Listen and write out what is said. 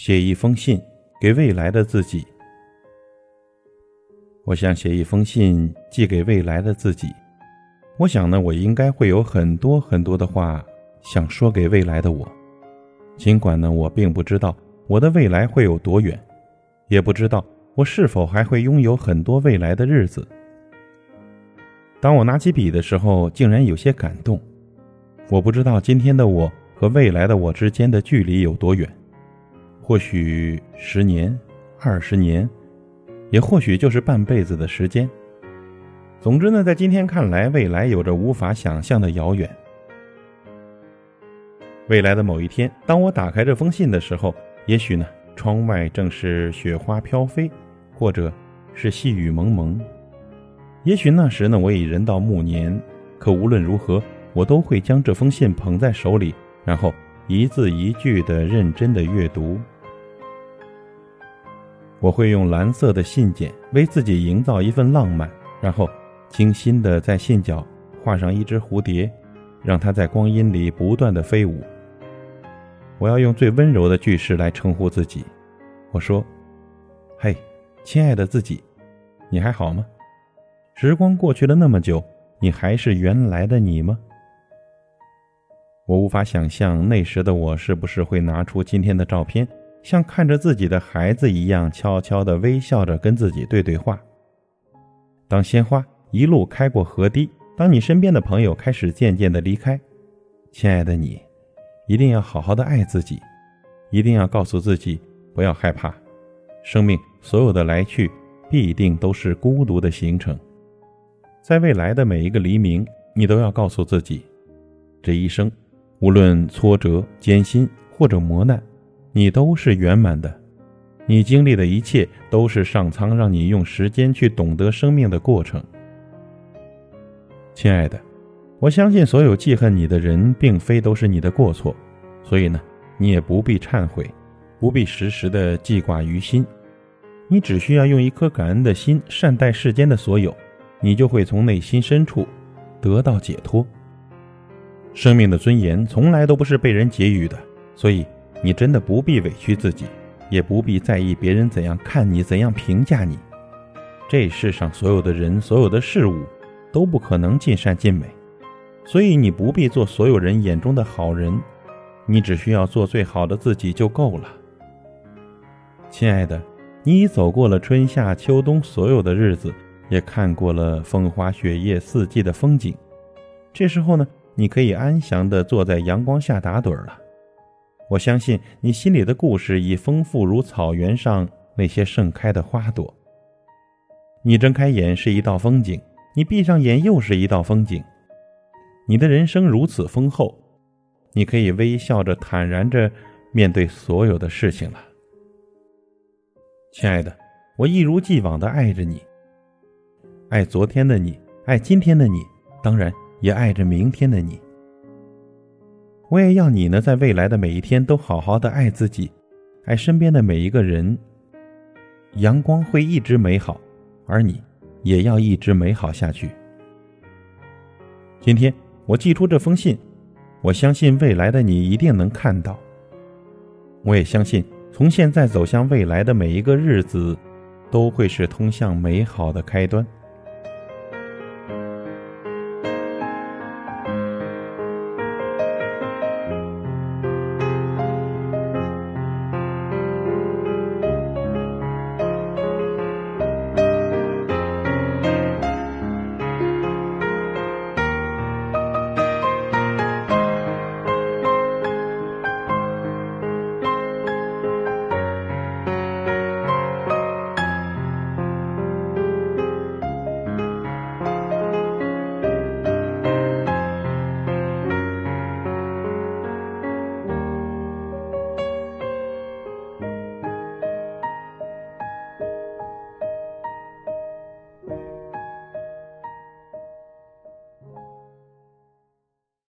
写一封信给未来的自己。我想写一封信寄给未来的自己。我想呢，我应该会有很多很多的话想说给未来的我。尽管呢，我并不知道我的未来会有多远，也不知道我是否还会拥有很多未来的日子。当我拿起笔的时候，竟然有些感动。我不知道今天的我和未来的我之间的距离有多远，或许10年、20年，也或许就是半辈子的时间。总之呢，在今天看来，未来有着无法想象的遥远。未来的某一天，当我打开这封信的时候，也许呢，窗外正是雪花飘飞，或者是细雨蒙蒙。也许那时呢，我已人到暮年，可无论如何，我都会将这封信捧在手里，然后一字一句地认真地阅读。我会用蓝色的信笺为自己营造一份浪漫，然后精心地在信角画上一只蝴蝶，让它在光阴里不断地飞舞。我要用最温柔的句式来称呼自己。我说：嘿，亲爱的自己，你还好吗？时光过去了那么久，你还是原来的你吗？我无法想象那时的我是不是会拿出今天的照片，像看着自己的孩子一样，悄悄地微笑着跟自己对对话。当鲜花一路开过河堤，当你身边的朋友开始渐渐地离开，亲爱的你，一定要好好的爱自己，一定要告诉自己不要害怕，生命所有的来去必定都是孤独的行程。在未来的每一个黎明，你都要告诉自己，这一生无论挫折、艰辛或者磨难，你都是圆满的。你经历的一切都是上苍让你用时间去懂得生命的过程。亲爱的，我相信所有记恨你的人并非都是你的过错，所以呢，你也不必忏悔，不必时时的记挂于心。你只需要用一颗感恩的心善待世间的所有，你就会从内心深处得到解脱。生命的尊严从来都不是被人给予的，所以你真的不必委屈自己，也不必在意别人怎样看你，怎样评价你。这世上所有的人，所有的事物都不可能尽善尽美，所以你不必做所有人眼中的好人，你只需要做最好的自己就够了。亲爱的，你已走过了春夏秋冬所有的日子，也看过了风花雪月四季的风景。这时候呢，你可以安详地坐在阳光下打盹了。我相信你心里的故事已丰富如草原上那些盛开的花朵。你睁开眼是一道风景，你闭上眼又是一道风景。你的人生如此丰厚，你可以微笑着坦然着面对所有的事情了。亲爱的，我一如既往地爱着你，爱昨天的你，爱今天的你，当然也爱着明天的你。我也要你呢，在未来的每一天都好好的爱自己，爱身边的每一个人。阳光会一直美好，而你也要一直美好下去。今天我寄出这封信，我相信未来的你一定能看到。我也相信从现在走向未来的每一个日子都会是通向美好的开端。